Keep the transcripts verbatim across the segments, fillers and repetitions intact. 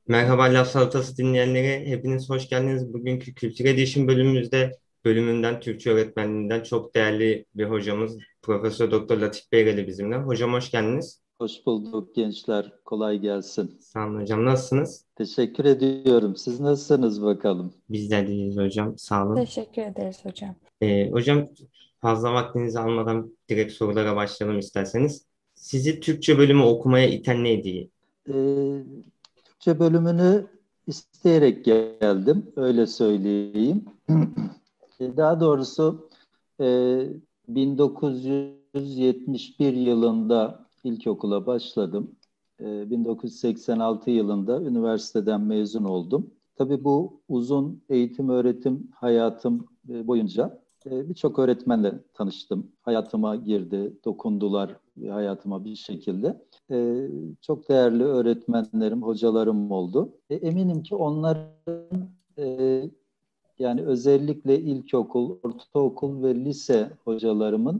Merhaba Laf Salatası dinleyenlere hepiniz hoş geldiniz. Bugünkü Kültür Edişim bölümümüzde bölümünden Türkçe öğretmenliğinden çok değerli bir hocamız Profesör Doktor Latif Beyreli bizimle. Hocam hoş geldiniz. Hoş bulduk gençler. Kolay gelsin. Sağ olun hocam. Nasılsınız? Teşekkür ediyorum. Siz nasılsınız bakalım? Bizler deyiz hocam. Sağ olun. Teşekkür ederiz hocam. Ee, hocam fazla vaktinizi almadan direkt sorulara başlayalım isterseniz. Sizi Türkçe bölümü okumaya iten neydi? Ee, Türkçe bölümünü isteyerek geldim. Öyle söyleyeyim. Ee, Daha doğrusu e, bin dokuz yüz yetmiş bir yılında ilkokula başladım. Ee, bin dokuz yüz seksen altı yılında üniversiteden mezun oldum. Tabii bu uzun eğitim öğretim hayatım e, boyunca e, birçok öğretmenle tanıştım. Hayatıma girdi, dokundular hayatıma bir şekilde. E, Çok değerli öğretmenlerim, hocalarım oldu. E, eminim ki onların e, yani özellikle ilkokul, ortaokul ve lise hocalarımın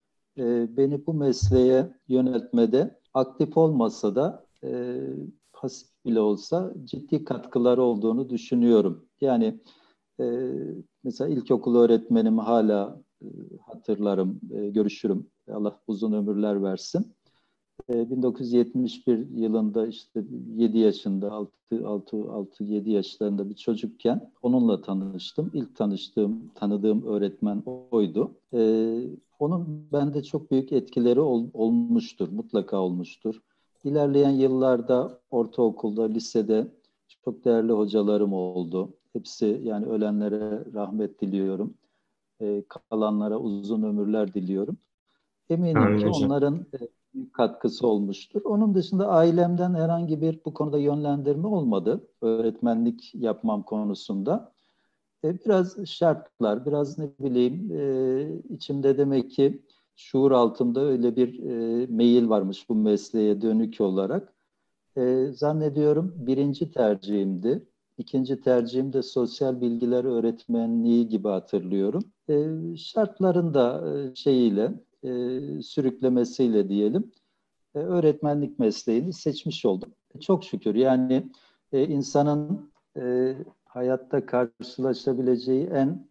e, beni bu mesleğe yöneltmede aktif olmasa da e, pasif bile olsa ciddi katkıları olduğunu düşünüyorum. Yani e, mesela ilkokul öğretmenimi hala e, hatırlarım, e, görüşürüm. Allah uzun ömürler versin. E, bin dokuz yüz yetmiş bir yılında işte yedi yaşında, altı, altı, altı, yedi yaşlarında bir çocukken onunla tanıştım. İlk tanıştığım, tanıdığım öğretmen oydu. E, Onun bende çok büyük etkileri ol, olmuştur, mutlaka olmuştur. İlerleyen yıllarda ortaokulda, lisede çok değerli hocalarım oldu. Hepsi yani ölenlere rahmet diliyorum. E, kalanlara uzun ömürler diliyorum. Eminim Amin ki hocam. onların e, büyük katkısı olmuştur. Onun dışında ailemden herhangi bir bu konuda yönlendirme olmadı. Öğretmenlik yapmam konusunda. E, biraz şartlar, biraz ne bileyim e, içimde demek ki şuur altında öyle bir e, meyil varmış bu mesleğe dönük olarak. E, zannediyorum birinci tercihimdi. İkinci tercihim de sosyal bilgiler öğretmenliği gibi hatırlıyorum. E, şartların da e, şeyiyle, e, sürüklemesiyle diyelim, e, öğretmenlik mesleğini seçmiş oldum. E, çok şükür yani e, insanın e, hayatta karşılaşabileceği en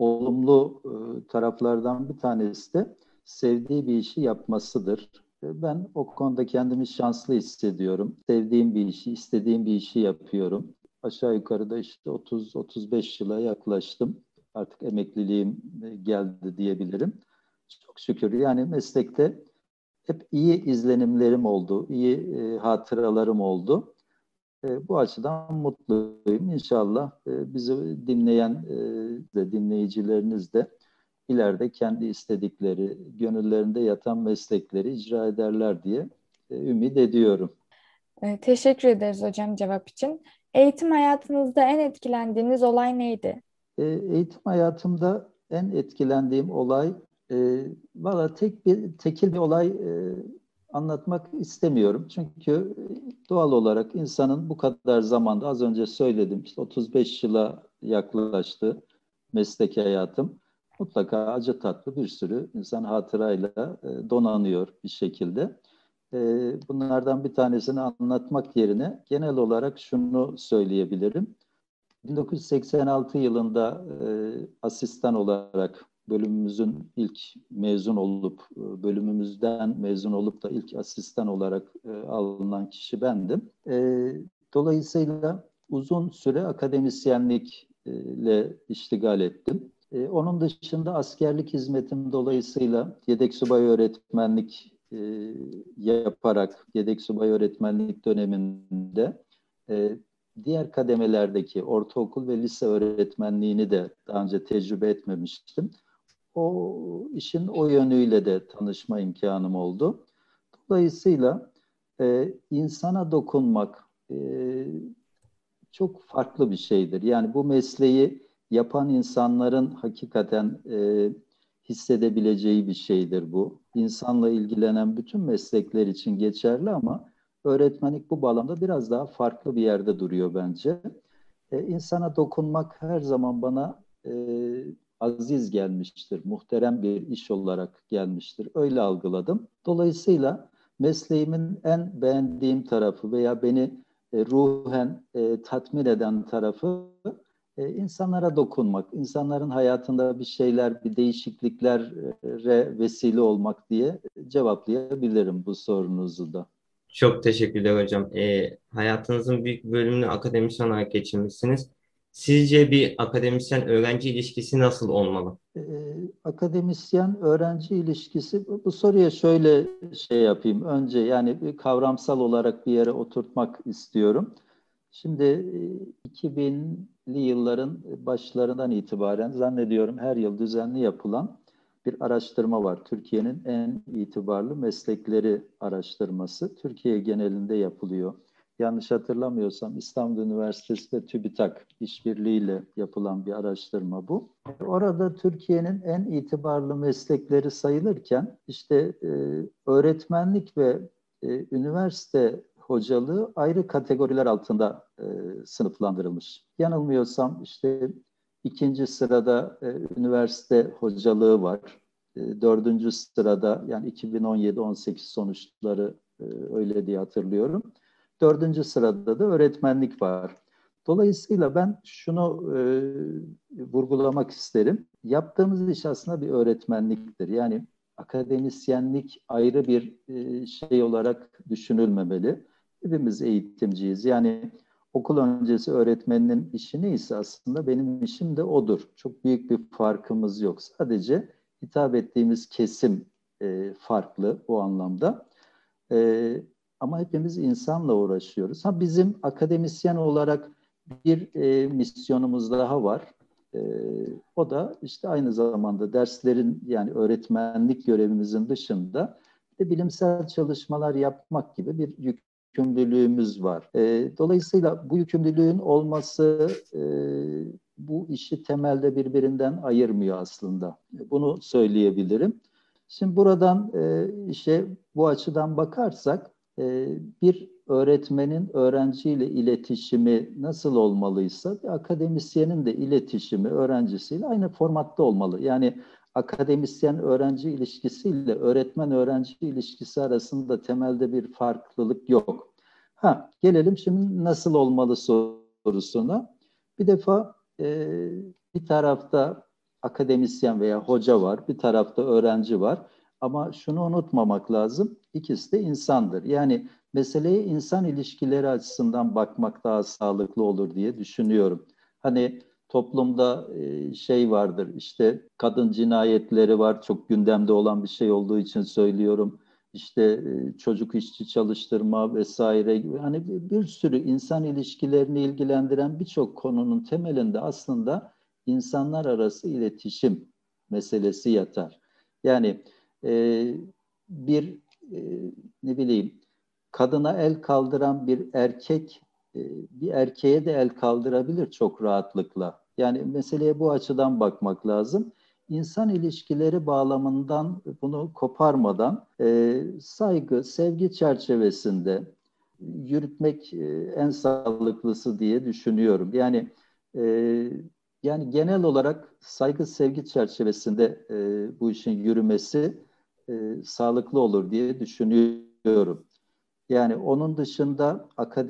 olumlu e, taraflardan bir tanesi de sevdiği bir işi yapmasıdır. E, ben o konuda kendimi şanslı hissediyorum. Sevdiğim bir işi, istediğim bir işi yapıyorum. Aşağı yukarı da işte otuz otuz beş yıla yaklaştım. Artık emekliliğim e, geldi diyebilirim. Çok şükür yani meslekte hep iyi izlenimlerim oldu, iyi e, hatıralarım oldu. E, bu açıdan mutluyum. İnşallah e, bizi dinleyen e, de dinleyicileriniz de ileride kendi istedikleri, gönüllerinde yatan meslekleri icra ederler diye e, ümit ediyorum. Ee, teşekkür ederiz hocam cevap için. Eğitim hayatınızda en etkilendiğiniz olay neydi? E, eğitim hayatımda en etkilendiğim olay, e, valla tek bir tekil bir olay e, anlatmak istemiyorum. Çünkü doğal olarak insanın bu kadar zamanda az önce söyledim işte otuz beş yıla yaklaştı mesleki hayatım. Mutlaka acı tatlı bir sürü insan hatırayla e, donanıyor bir şekilde. E, Bunlardan bir tanesini anlatmak yerine genel olarak şunu söyleyebilirim. bin dokuz yüz seksen altı yılında e, asistan olarak bölümümüzün ilk mezun olup e, bölümümüzden mezun olup da ilk asistan olarak e, alınan kişi bendim. E, dolayısıyla uzun süre akademisyenlikle iştigal ettim. E, onun dışında askerlik hizmetim dolayısıyla yedek subay öğretmenlik e, yaparak yedek subay öğretmenlik döneminde e, diğer kademelerdeki ortaokul ve lise öğretmenliğini de daha önce tecrübe etmemiştim. O işin o yönüyle de tanışma imkanım oldu. Dolayısıyla e, insana dokunmak e, çok farklı bir şeydir. Yani bu mesleği yapan insanların hakikaten e, hissedebileceği bir şeydir bu. İnsanla ilgilenen bütün meslekler için geçerli ama öğretmenlik bu bağlamda biraz daha farklı bir yerde duruyor bence. E, insana dokunmak her zaman bana e, aziz gelmiştir, muhterem bir iş olarak gelmiştir. Öyle algıladım. Dolayısıyla mesleğimin en beğendiğim tarafı veya beni e, ruhen e, tatmin eden tarafı e, insanlara dokunmak, insanların hayatında bir şeyler, bir değişikliklere vesile olmak diye cevaplayabilirim bu sorunuzu da. Çok teşekkürler hocam. Ee, hayatınızın büyük bir bölümünü akademisyen olarak geçirmişsiniz. Sizce bir akademisyen öğrenci ilişkisi nasıl olmalı? e, akademisyen-öğrenci ilişkisi, bu, bu soruya şöyle şey yapayım. Önce yani bir kavramsal olarak bir yere oturtmak istiyorum. Şimdi e, iki binli yılların başlarından itibaren zannediyorum her yıl düzenli yapılan bir araştırma var. Türkiye'nin en itibarlı meslekleri araştırması. Türkiye genelinde yapılıyor. Yanlış hatırlamıyorsam İstanbul Üniversitesi ve TÜBİTAK işbirliğiyle yapılan bir araştırma bu. Orada Türkiye'nin en itibarlı meslekleri sayılırken işte e, öğretmenlik ve e, üniversite hocalığı ayrı kategoriler altında e, sınıflandırılmış. Yanılmıyorsam işte ikinci sırada e, üniversite hocalığı var. E, dördüncü sırada yani iki bin on yedi on sekiz sonuçları e, öyle diye hatırlıyorum. Dördüncü sırada da öğretmenlik var. Dolayısıyla ben şunu e, vurgulamak isterim. Yaptığımız iş aslında bir öğretmenliktir. Yani akademisyenlik ayrı bir e, şey olarak düşünülmemeli. Hepimiz eğitimciyiz. Yani okul öncesi öğretmeninin işi neyse aslında benim işim de odur. Çok büyük bir farkımız yok. Sadece hitap ettiğimiz kesim e, farklı bu anlamda. E, Ama hepimiz insanla uğraşıyoruz. Ha bizim akademisyen olarak bir e, misyonumuz daha var. E, O da işte aynı zamanda derslerin yani öğretmenlik görevimizin dışında de bilimsel çalışmalar yapmak gibi bir yükümlülüğümüz var. E, dolayısıyla bu yükümlülüğün olması e, bu işi temelde birbirinden ayırmıyor aslında. Bunu söyleyebilirim. Şimdi buradan e, işe bu açıdan bakarsak e, bir öğretmenin öğrenciyle iletişimi nasıl olmalıysa bir akademisyenin de iletişimi öğrencisiyle aynı formatta olmalı. Yani akademisyen-öğrenci ilişkisiyle öğretmen-öğrenci ilişkisi arasında temelde bir farklılık yok. Ha, gelelim şimdi nasıl olmalı sorusuna. Bir defa e, bir tarafta akademisyen veya hoca var, bir tarafta öğrenci var. Ama şunu unutmamak lazım, ikisi de insandır. Yani meseleye insan ilişkileri açısından bakmak daha sağlıklı olur diye düşünüyorum. Hani toplumda e, şey vardır, işte kadın cinayetleri var, çok gündemde olan bir şey olduğu için söylüyorum. İşte e, çocuk işçi çalıştırma vesaire gibi hani bir, bir sürü insan ilişkilerini ilgilendiren birçok konunun temelinde aslında insanlar arası iletişim meselesi yatar. Yani e, bir e, ne bileyim kadına el kaldıran bir erkek e, bir erkeğe de el kaldırabilir çok rahatlıkla. Yani meseleye bu açıdan bakmak lazım. İnsan ilişkileri bağlamından bunu koparmadan e, saygı, sevgi çerçevesinde yürütmek e, en sağlıklısı diye düşünüyorum. Yani e, yani genel olarak saygı, sevgi çerçevesinde e, bu işin yürümesi e, sağlıklı olur diye düşünüyorum. Yani onun dışında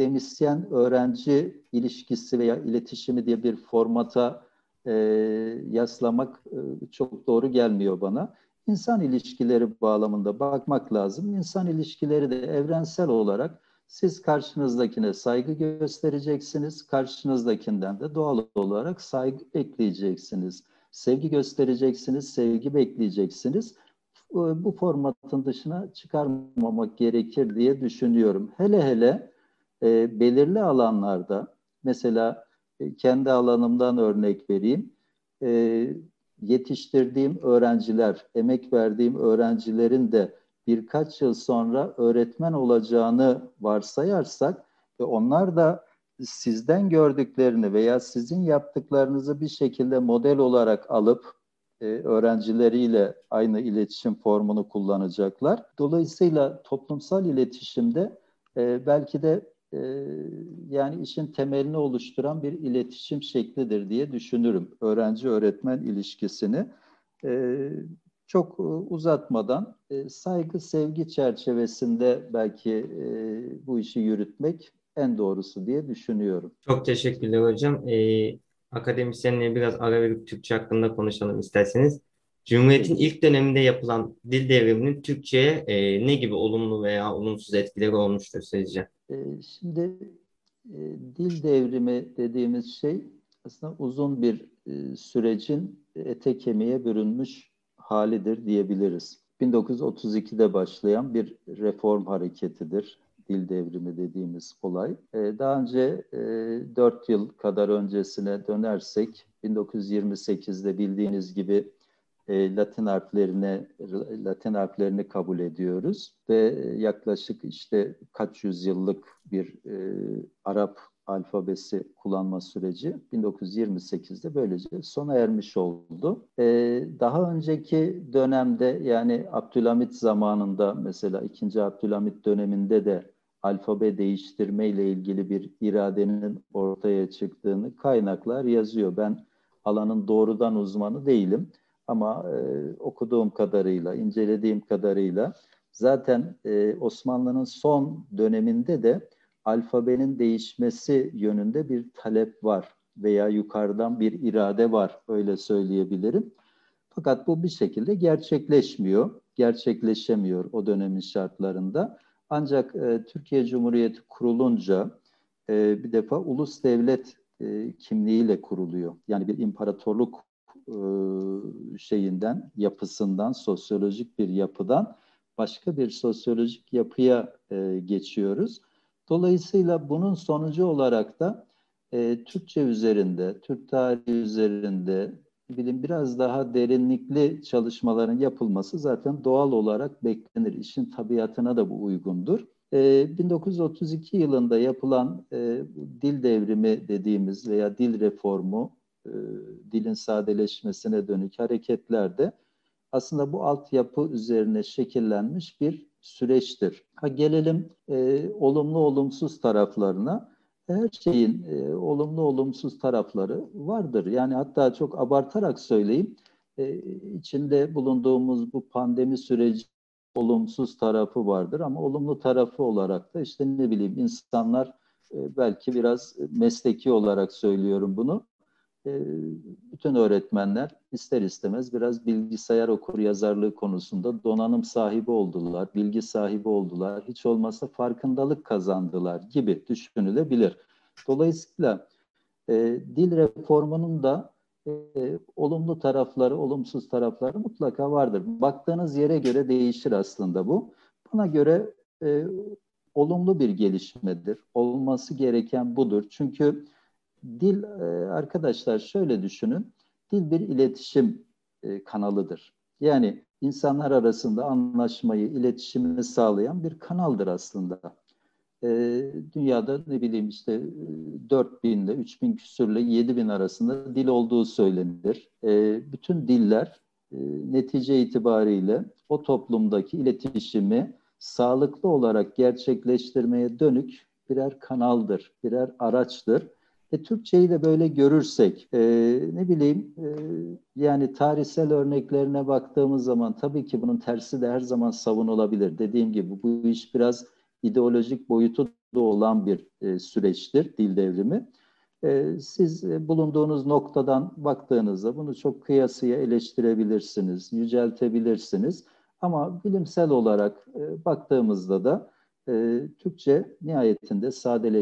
akademisyen-öğrenci ilişkisi veya iletişimi diye bir formata e, yaslamak e, çok doğru gelmiyor bana. İnsan ilişkileri bağlamında bakmak lazım. İnsan ilişkileri de evrensel olarak siz karşınızdakine saygı göstereceksiniz, karşınızdakinden de doğal olarak saygı bekleyeceksiniz. Sevgi göstereceksiniz, sevgi bekleyeceksiniz. Bu formatın dışına çıkarmamak gerekir diye düşünüyorum. Hele hele e, belirli alanlarda, mesela e, kendi alanımdan örnek vereyim. E, Yetiştirdiğim öğrenciler, emek verdiğim öğrencilerin de birkaç yıl sonra öğretmen olacağını varsayarsak ve onlar da sizden gördüklerini veya sizin yaptıklarınızı bir şekilde model olarak alıp e, öğrencileriyle aynı iletişim formunu kullanacaklar. Dolayısıyla toplumsal iletişimde e, belki de e, yani işin temelini oluşturan bir iletişim şeklidir diye düşünürüm. Öğrenci-öğretmen ilişkisini e, çok e, uzatmadan e, saygı, sevgi çerçevesinde belki e, bu işi yürütmek en doğrusu diye düşünüyorum. Çok teşekkürler hocam. Ee, akademisyenle biraz ara verip Türkçe hakkında konuşalım isterseniz. Cumhuriyet'in Peki. ilk döneminde yapılan dil devriminin Türkçe'ye e, ne gibi olumlu veya olumsuz etkileri olmuştur sizce? Ee, şimdi e, dil devrimi dediğimiz şey aslında uzun bir e, sürecin ete kemiğe bürünmüş halidir diyebiliriz. bin dokuz yüz otuz ikide başlayan bir reform hareketidir. Dil devrimi dediğimiz olay. Ee, daha önce e, dört yıl kadar öncesine dönersek bin dokuz yüz yirmi sekizde bildiğiniz gibi e, Latin harflerine Latin harflerini kabul ediyoruz ve yaklaşık işte kaç yüzyıllık bir e, Arap alfabesi kullanma süreci bin dokuz yüz yirmi sekizde böylece sona ermiş oldu. E, daha önceki dönemde yani Abdülhamit zamanında mesela ikinci Abdülhamit döneminde de alfabe değiştirme ile ilgili bir iradenin ortaya çıktığını kaynaklar yazıyor. Ben alanın doğrudan uzmanı değilim. Ama e, okuduğum kadarıyla, incelediğim kadarıyla zaten e, Osmanlı'nın son döneminde de alfabenin değişmesi yönünde bir talep var veya yukarıdan bir irade var, öyle söyleyebilirim. Fakat bu bir şekilde gerçekleşmiyor, gerçekleşemiyor o dönemin şartlarında. Ancak e, Türkiye Cumhuriyeti kurulunca e, bir defa ulus devlet e, kimliğiyle kuruluyor. Yani bir imparatorluk e, şeyinden, yapısından, sosyolojik bir yapıdan başka bir sosyolojik yapıya e, geçiyoruz. Dolayısıyla bunun sonucu olarak da e, Türkçe üzerinde, Türk tarihi üzerinde bilim biraz daha derinlikli çalışmaların yapılması zaten doğal olarak beklenir. İşin tabiatına da bu uygundur. E, bin dokuz yüz otuz iki yılında yapılan e, dil devrimi dediğimiz veya dil reformu, e, dilin sadeleşmesine dönük hareketlerde aslında bu altyapı üzerine şekillenmiş bir süreçtir. Ha, gelelim e, olumlu olumsuz taraflarına. Her şeyin e, olumlu olumsuz tarafları vardır. Yani hatta çok abartarak söyleyeyim, e, içinde bulunduğumuz bu pandemi süreci olumsuz tarafı vardır ama olumlu tarafı olarak da işte ne bileyim insanlar e, belki biraz mesleki olarak söylüyorum bunu. E, bütün öğretmenler ister istemez biraz bilgisayar okuryazarlığı konusunda donanım sahibi oldular, bilgi sahibi oldular, hiç olmazsa farkındalık kazandılar gibi düşünülebilir. Dolayısıyla e, dil reformunun da e, olumlu tarafları, olumsuz tarafları mutlaka vardır. Baktığınız yere göre değişir aslında bu. Bana göre e, olumlu bir gelişmedir. Olması gereken budur. Çünkü dil e, arkadaşlar şöyle düşünün. Dil bir iletişim e, kanalıdır. Yani insanlar arasında anlaşmayı, iletişimi sağlayan bir kanaldır aslında. E, dünyada ne bileyim işte dört bin ile üç bin küsürle yedi bin arasında dil olduğu söylenir. E, bütün diller e, netice itibariyle o toplumdaki iletişimi sağlıklı olarak gerçekleştirmeye dönük birer kanaldır, birer araçtır. E, Türkçeyi de böyle görürsek, e, ne bileyim, e, yani tarihsel örneklerine baktığımız zaman tabii ki bunun tersi de her zaman savunulabilir. Dediğim gibi bu iş biraz ideolojik boyutu da olan bir e, süreçtir dil devrimi. E, siz e, bulunduğunuz noktadan baktığınızda bunu çok kıyasıya eleştirebilirsiniz, yüceltebilirsiniz. Ama bilimsel olarak e, baktığımızda da e, Türkçe nihayetinde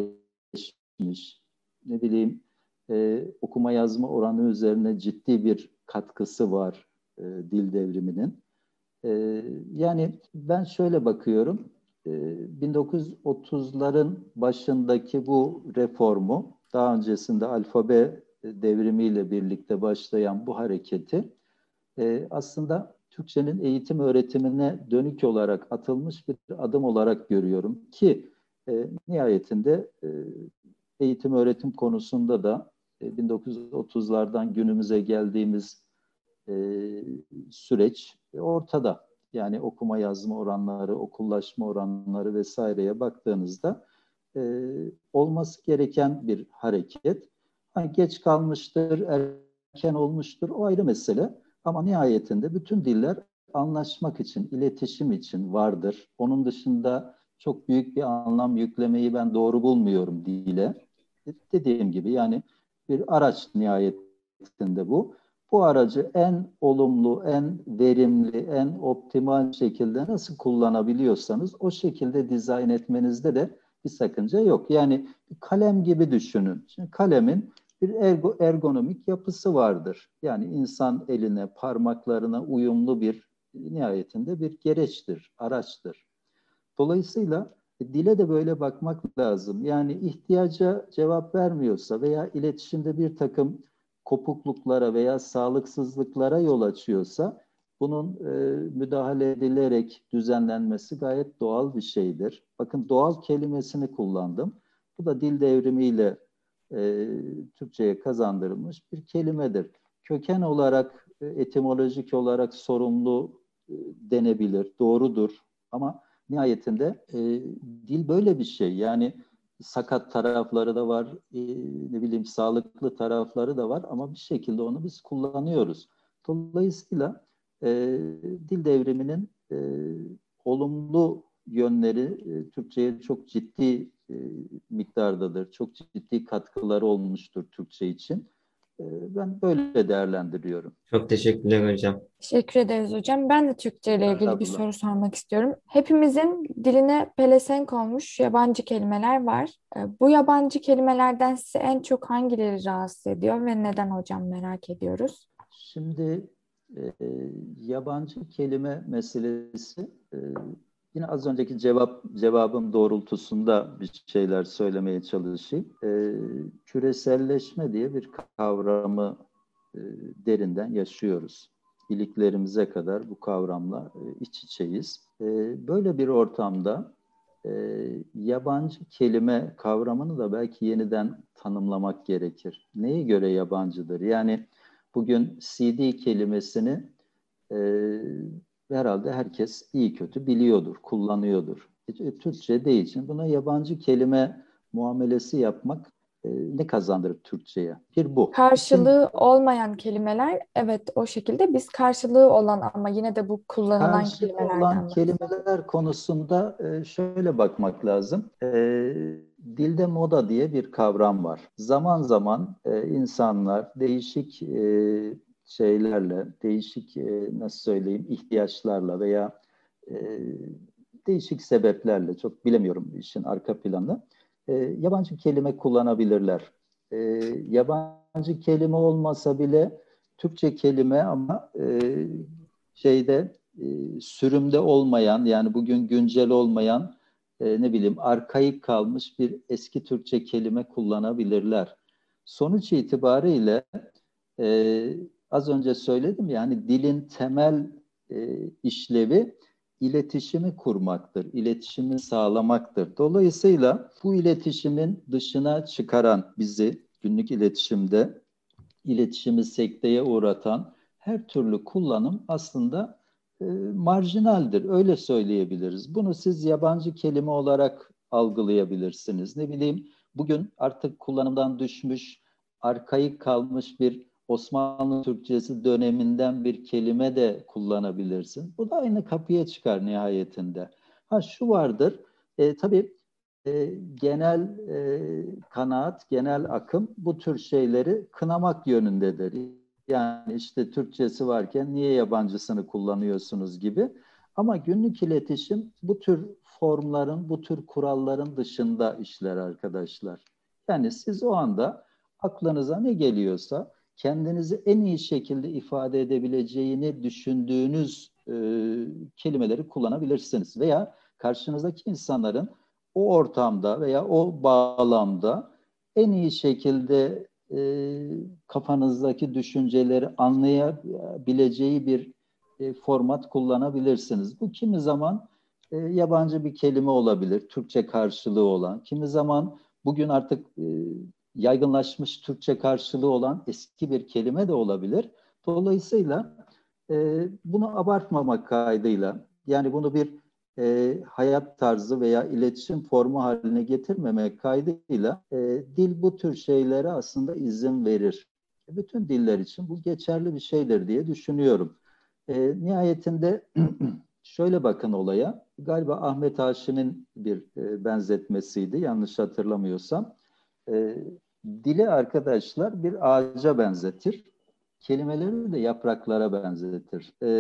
sadeleşmiş, ne bileyim e, okuma yazma oranı üzerine ciddi bir katkısı var e, dil devriminin. E, yani ben şöyle bakıyorum, e, bin dokuz yüz otuzların başındaki bu reformu, daha öncesinde alfabe devrimiyle birlikte başlayan bu hareketi e, aslında Türkçenin eğitim öğretimine dönük olarak atılmış bir adım olarak görüyorum ki e, nihayetinde e, eğitim öğretim konusunda da e, bin dokuz yüz otuzlardan günümüze geldiğimiz e, süreç ortada. Yani okuma yazma oranları, okullaşma oranları vesaireye baktığınızda e, olması gereken bir hareket. Hani geç kalmıştır, erken olmuştur, o ayrı mesele. Ama nihayetinde bütün diller anlaşmak için, iletişim için vardır. Onun dışında çok büyük bir anlam yüklemeyi ben doğru bulmuyorum dile. Dediğim gibi yani bir araç nihayetinde bu. Bu aracı en olumlu, en verimli, en optimal şekilde nasıl kullanabiliyorsanız o şekilde dizayn etmenizde de bir sakınca yok. Yani kalem gibi düşünün. Şimdi kalemin bir ergo, ergonomik yapısı vardır. Yani insan eline, parmaklarına uyumlu bir nihayetinde bir gereçtir, araçtır. Dolayısıyla dile de böyle bakmak lazım. Yani ihtiyaca cevap vermiyorsa veya iletişimde bir takım kopukluklara veya sağlıksızlıklara yol açıyorsa bunun e, müdahale edilerek düzenlenmesi gayet doğal bir şeydir. Bakın doğal kelimesini kullandım. Bu da dil devrimiyle e, Türkçe'ye kazandırılmış bir kelimedir. Köken olarak, e, etimolojik olarak sorumlu e, denebilir, doğrudur. Ama nihayetinde e, dil böyle bir şey. Yani sakat tarafları da var, e, ne bileyim sağlıklı tarafları da var ama bir şekilde onu biz kullanıyoruz. Dolayısıyla e, dil devriminin e, olumlu yönleri e, Türkçe'ye çok ciddi e, miktardadır. Çok ciddi katkıları olmuştur Türkçe için. E, ben böyle değerlendiriyorum. Çok teşekkürler hocam. Teşekkür ederiz hocam. Ben de Türkçe ile ilgili bir Estağfurullah. soru sormak istiyorum. Hepimizin diline pelesenk olmuş yabancı kelimeler var. E, Bu yabancı kelimelerden sizi en çok hangileri rahatsız ediyor ve neden hocam merak ediyoruz? Şimdi e, yabancı kelime meselesi e, yine az önceki cevap cevabım doğrultusunda bir şeyler söylemeye çalışayım. E, küreselleşme diye bir kavramı e, derinden yaşıyoruz. İliklerimize kadar bu kavramla e, iç içeyiz. E, böyle bir ortamda e, yabancı kelime kavramını da belki yeniden tanımlamak gerekir. Neye göre yabancıdır? Yani bugün C D kelimesini e, herhalde herkes iyi kötü biliyordur, kullanıyordur. E, Türkçe için buna yabancı kelime muamelesi yapmak e, ne kazandırır Türkçe'ye? Bir bu. İkin, Karşılığı olmayan kelimeler, evet, o şekilde. Biz karşılığı olan ama yine de bu kullanılan Karşılığı olan kelimelerden bahsediyoruz. kelimeler konusunda e, şöyle bakmak lazım. E, dilde moda diye bir kavram var. Zaman zaman e, insanlar değişik e, şeylerle, değişik e, nasıl söyleyeyim ihtiyaçlarla veya e, değişik sebeplerle, çok bilemiyorum işin arka planı, e, yabancı kelime kullanabilirler. E, yabancı kelime olmasa bile Türkçe kelime ama e, şeyde e, sürümde olmayan yani bugün güncel olmayan e, ne bileyim arkaik kalmış bir eski Türkçe kelime kullanabilirler. Sonuç itibariyle e, az önce söyledim yani dilin temel e, işlevi iletişimi kurmaktır, iletişimi sağlamaktır. Dolayısıyla bu iletişimin dışına çıkaran bizi günlük iletişimde iletişimi sekteye uğratan her türlü kullanım aslında e, marjinaldir. Öyle söyleyebiliriz. Bunu siz yabancı kelime olarak algılayabilirsiniz. Ne bileyim bugün artık kullanımdan düşmüş, arkaik kalmış bir Osmanlı Türkçesi döneminden bir kelime de kullanabilirsin. Bu da aynı kapıya çıkar nihayetinde. Ha şu vardır, e, tabii e, genel e, kanaat, genel akım bu tür şeyleri kınamak yönündedir. Yani işte Türkçesi varken niye yabancısını kullanıyorsunuz gibi. Ama günlük iletişim bu tür formların, bu tür kuralların dışında işler arkadaşlar. Yani siz o anda aklınıza ne geliyorsa kendinizi en iyi şekilde ifade edebileceğini düşündüğünüz e, kelimeleri kullanabilirsiniz. Veya karşınızdaki insanların o ortamda veya o bağlamda en iyi şekilde e, kafanızdaki düşünceleri anlayabileceği bir e, format kullanabilirsiniz. Bu kimi zaman e, yabancı bir kelime olabilir, Türkçe karşılığı olan. Kimi zaman bugün artık e, yaygınlaşmış Türkçe karşılığı olan eski bir kelime de olabilir. Dolayısıyla e, bunu abartmamak kaydıyla, yani bunu bir e, hayat tarzı veya iletişim formu haline getirmemek kaydıyla e, dil bu tür şeylere aslında izin verir. Bütün diller için bu geçerli bir şeydir diye düşünüyorum. E, nihayetinde şöyle bakın olaya. Galiba Ahmet Haşim'in bir e, benzetmesiydi yanlış hatırlamıyorsam. E, Dili arkadaşlar bir ağaca benzetir. Kelimeleri de yapraklara benzetir. E,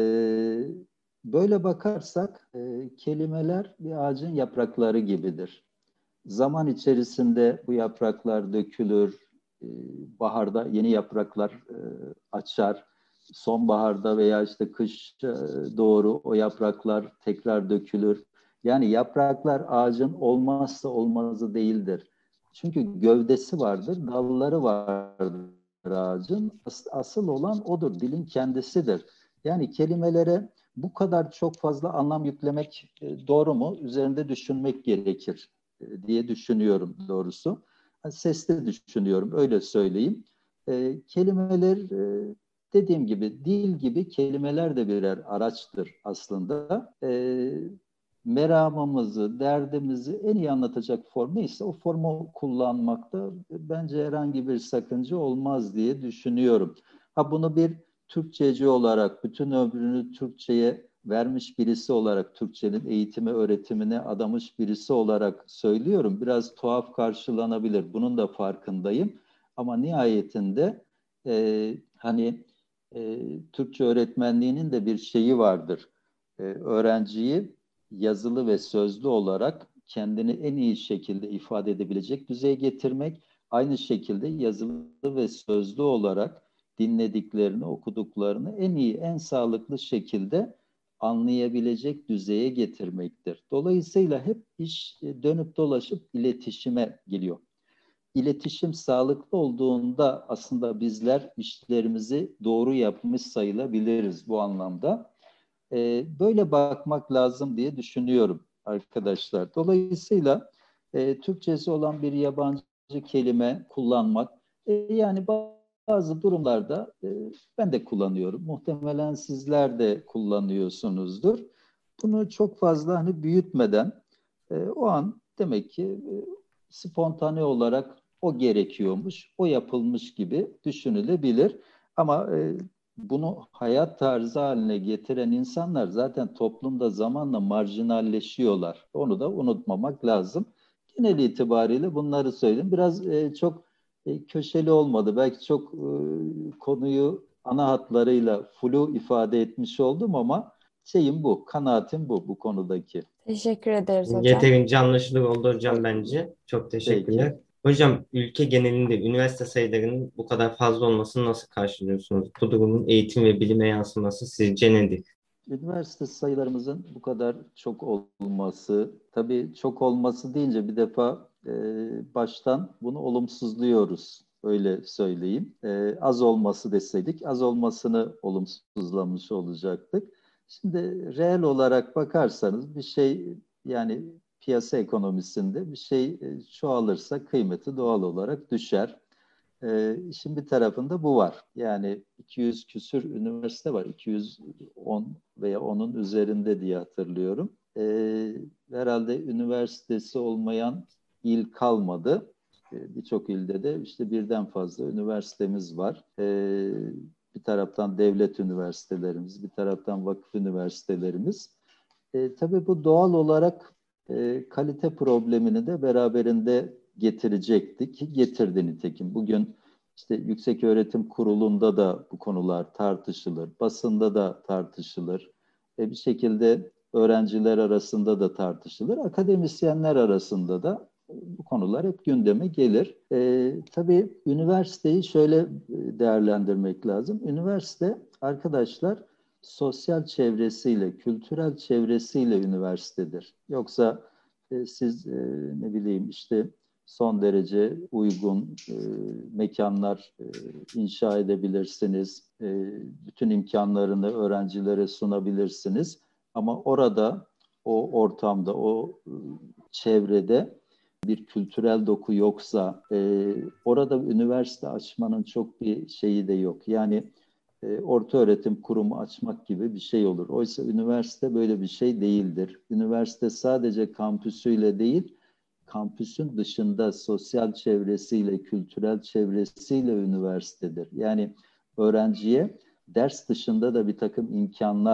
böyle bakarsak e, kelimeler bir ağacın yaprakları gibidir. Zaman içerisinde bu yapraklar dökülür, e, baharda yeni yapraklar e, açar, sonbaharda veya işte kış e, doğru o yapraklar tekrar dökülür. Yani yapraklar ağacın olmazsa olmazı değildir. Çünkü gövdesi vardır, dalları vardır ağacın. As- asıl olan odur, dilin kendisidir. Yani kelimelere bu kadar çok fazla anlam yüklemek e, doğru mu? Üzerinde düşünmek gerekir e, diye düşünüyorum doğrusu. Sesli düşünüyorum, öyle söyleyeyim. E, kelimeler e, dediğim gibi dil gibi kelimeler de birer araçtır aslında. E, meramımızı, derdimizi en iyi anlatacak form neyse o formu kullanmakta bence herhangi bir sakınca olmaz diye düşünüyorum. Ha bunu bir Türkçeci olarak bütün ömrünü Türkçe'ye vermiş birisi olarak, Türkçenin eğitimi, öğretimine adamış birisi olarak söylüyorum. Biraz tuhaf karşılanabilir. Bunun da farkındayım. Ama nihayetinde e, hani e, Türkçe öğretmenliğinin de bir şeyi vardır. E, öğrenciyi yazılı ve sözlü olarak kendini en iyi şekilde ifade edebilecek düzeye getirmek, aynı şekilde yazılı ve sözlü olarak dinlediklerini, okuduklarını en iyi, en sağlıklı şekilde anlayabilecek düzeye getirmektir. Dolayısıyla hep iş e, dönüp dolaşıp iletişime geliyor. İletişim sağlıklı olduğunda aslında bizler işlerimizi doğru yapmış sayılabiliriz bu anlamda. E, böyle bakmak lazım diye düşünüyorum arkadaşlar. Dolayısıyla e, Türkçesi olan bir yabancı kelime kullanmak, e, yani bazı durumlarda e, ben de kullanıyorum. Muhtemelen sizler de kullanıyorsunuzdur. Bunu çok fazla hani büyütmeden e, o an demek ki e, spontane olarak o gerekiyormuş, o yapılmış gibi düşünülebilir. Ama e, bunu hayat tarzı haline getiren insanlar zaten toplumda zamanla marjinalleşiyorlar. Onu da unutmamak lazım. Genel itibariyle bunları söyleyeyim. Biraz e, çok e, köşeli olmadı. Belki çok e, konuyu ana hatlarıyla flu ifade etmiş oldum ama şeyim bu, kanaatim bu bu konudaki. Teşekkür ederiz hocam. Yeterince anlaşılır oldu hocam Estağfurullah. bence. Çok Peki. teşekkürler. Hocam ülke genelinde üniversite sayılarının bu kadar fazla olmasını nasıl karşılıyorsunuz? Bu durumun eğitim ve bilime yansıması sizce nedir? Üniversite sayılarımızın bu kadar çok olması, tabii çok olması deyince bir defa e, baştan bunu olumsuzluyoruz. Öyle söyleyeyim. E, az olması deseydik, az olmasını olumsuzlamış olacaktık. Şimdi reel olarak bakarsanız bir şey yani piyasa ekonomisinde bir şey e, çoğalırsa kıymeti doğal olarak düşer. Ee, işin bir tarafında bu var. Yani iki yüz küsür üniversite var. iki yüz on veya onun üzerinde diye hatırlıyorum. Ee, herhalde üniversitesi olmayan il kalmadı. Ee, birçok ilde de işte birden fazla üniversitemiz var. Ee, bir taraftan devlet üniversitelerimiz, bir taraftan vakıf üniversitelerimiz. E, tabii bu doğal olarak e, kalite problemini de beraberinde getirecekti ki getirdi nitekim. Bugün işte Yüksek Öğretim Kurulu'nda da bu konular tartışılır, basında da tartışılır. E, bir şekilde öğrenciler arasında da tartışılır, akademisyenler arasında da bu konular hep gündeme gelir. E, tabii üniversiteyi şöyle e, değerlendirmek lazım. Üniversite arkadaşlar sosyal çevresiyle, kültürel çevresiyle üniversitedir. Yoksa e, siz e, ne bileyim işte son derece uygun e, mekanlar e, inşa edebilirsiniz. E, bütün imkanlarını öğrencilere sunabilirsiniz. Ama orada, o ortamda, o e, çevrede bir kültürel doku yoksa e, orada üniversite açmanın çok bir şeyi de yok. Yani e, orta öğretim kurumu açmak gibi bir şey olur. Oysa üniversite böyle bir şey değildir. Üniversite sadece kampüsüyle değil, kampüsün dışında sosyal çevresiyle, kültürel çevresiyle üniversitedir. Yani öğrenciye ders dışında da bir takım imkanlar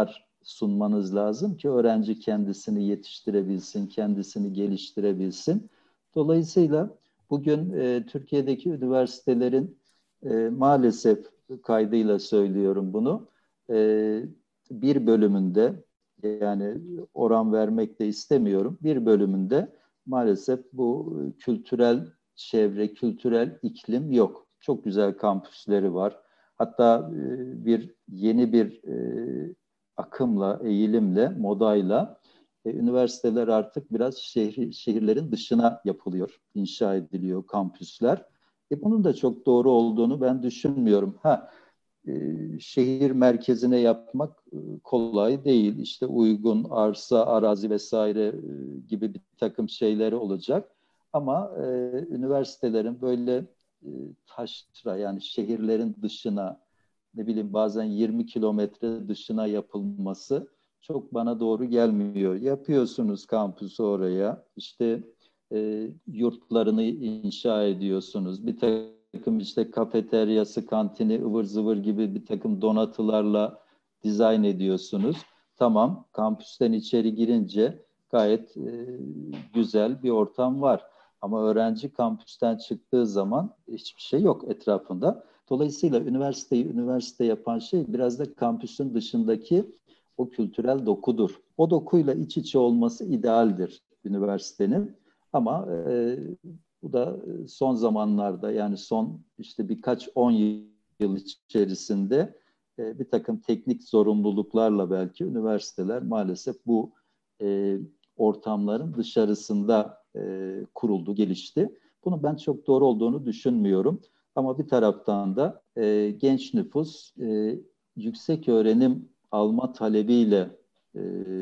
sunmanız lazım ki öğrenci kendisini yetiştirebilsin, kendisini geliştirebilsin. Dolayısıyla bugün e, Türkiye'deki üniversitelerin e, maalesef kaydıyla söylüyorum bunu, e, bir bölümünde, yani oran vermek de istemiyorum, bir bölümünde maalesef bu kültürel çevre, kültürel iklim yok. Çok güzel kampüsleri var. Hatta e, bir yeni bir e, akımla, eğilimle, modayla e, üniversiteler artık biraz şehri, şehirlerin dışına yapılıyor, inşa ediliyor kampüsler. E, bunun da çok doğru olduğunu ben düşünmüyorum. Ha, e, şehir merkezine yapmak e, kolay değil. İşte uygun arsa, arazi vesaire e, gibi bir takım şeyleri olacak. Ama e, üniversitelerin böyle e, taşra, yani şehirlerin dışına, ne bileyim bazen yirmi kilometre dışına yapılması çok bana doğru gelmiyor. Yapıyorsunuz kampüsü oraya, işte e, yurtlarını inşa ediyorsunuz. Bir takım işte kafeteryası, kantini, ıvır zıvır gibi bir takım donatılarla dizayn ediyorsunuz. Tamam, kampüsten içeri girince gayet e, güzel bir ortam var. Ama öğrenci kampüsten çıktığı zaman hiçbir şey yok etrafında. Dolayısıyla üniversiteyi üniversite yapan şey biraz da kampüsün dışındaki o kültürel dokudur. O dokuyla iç içe olması idealdir üniversitenin. Ama e, bu da son zamanlarda, yani son işte birkaç on yıl içerisinde e, bir takım teknik zorunluluklarla belki üniversiteler maalesef bu e, ortamların dışarısında e, kuruldu, gelişti. Bunun ben çok doğru olduğunu düşünmüyorum. Ama bir taraftan da e, genç nüfus e, yüksek öğrenim alma talebiyle e,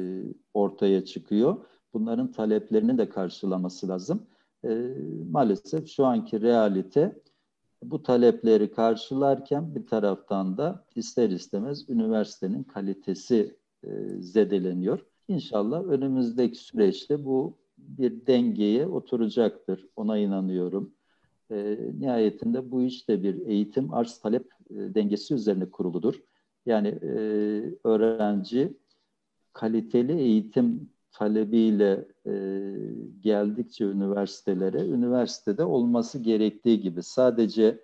ortaya çıkıyor. Bunların taleplerini de karşılaması lazım. E, maalesef şu anki realite bu talepleri karşılarken bir taraftan da ister istemez üniversitenin kalitesi e, zedeleniyor. İnşallah önümüzdeki süreçte bu bir dengeye oturacaktır. Ona inanıyorum. E, nihayetinde bu iş de bir eğitim arz talep e, dengesi üzerine kuruludur. Yani e, öğrenci kaliteli eğitim talebiyle e, geldikçe üniversitelere, üniversitede olması gerektiği gibi sadece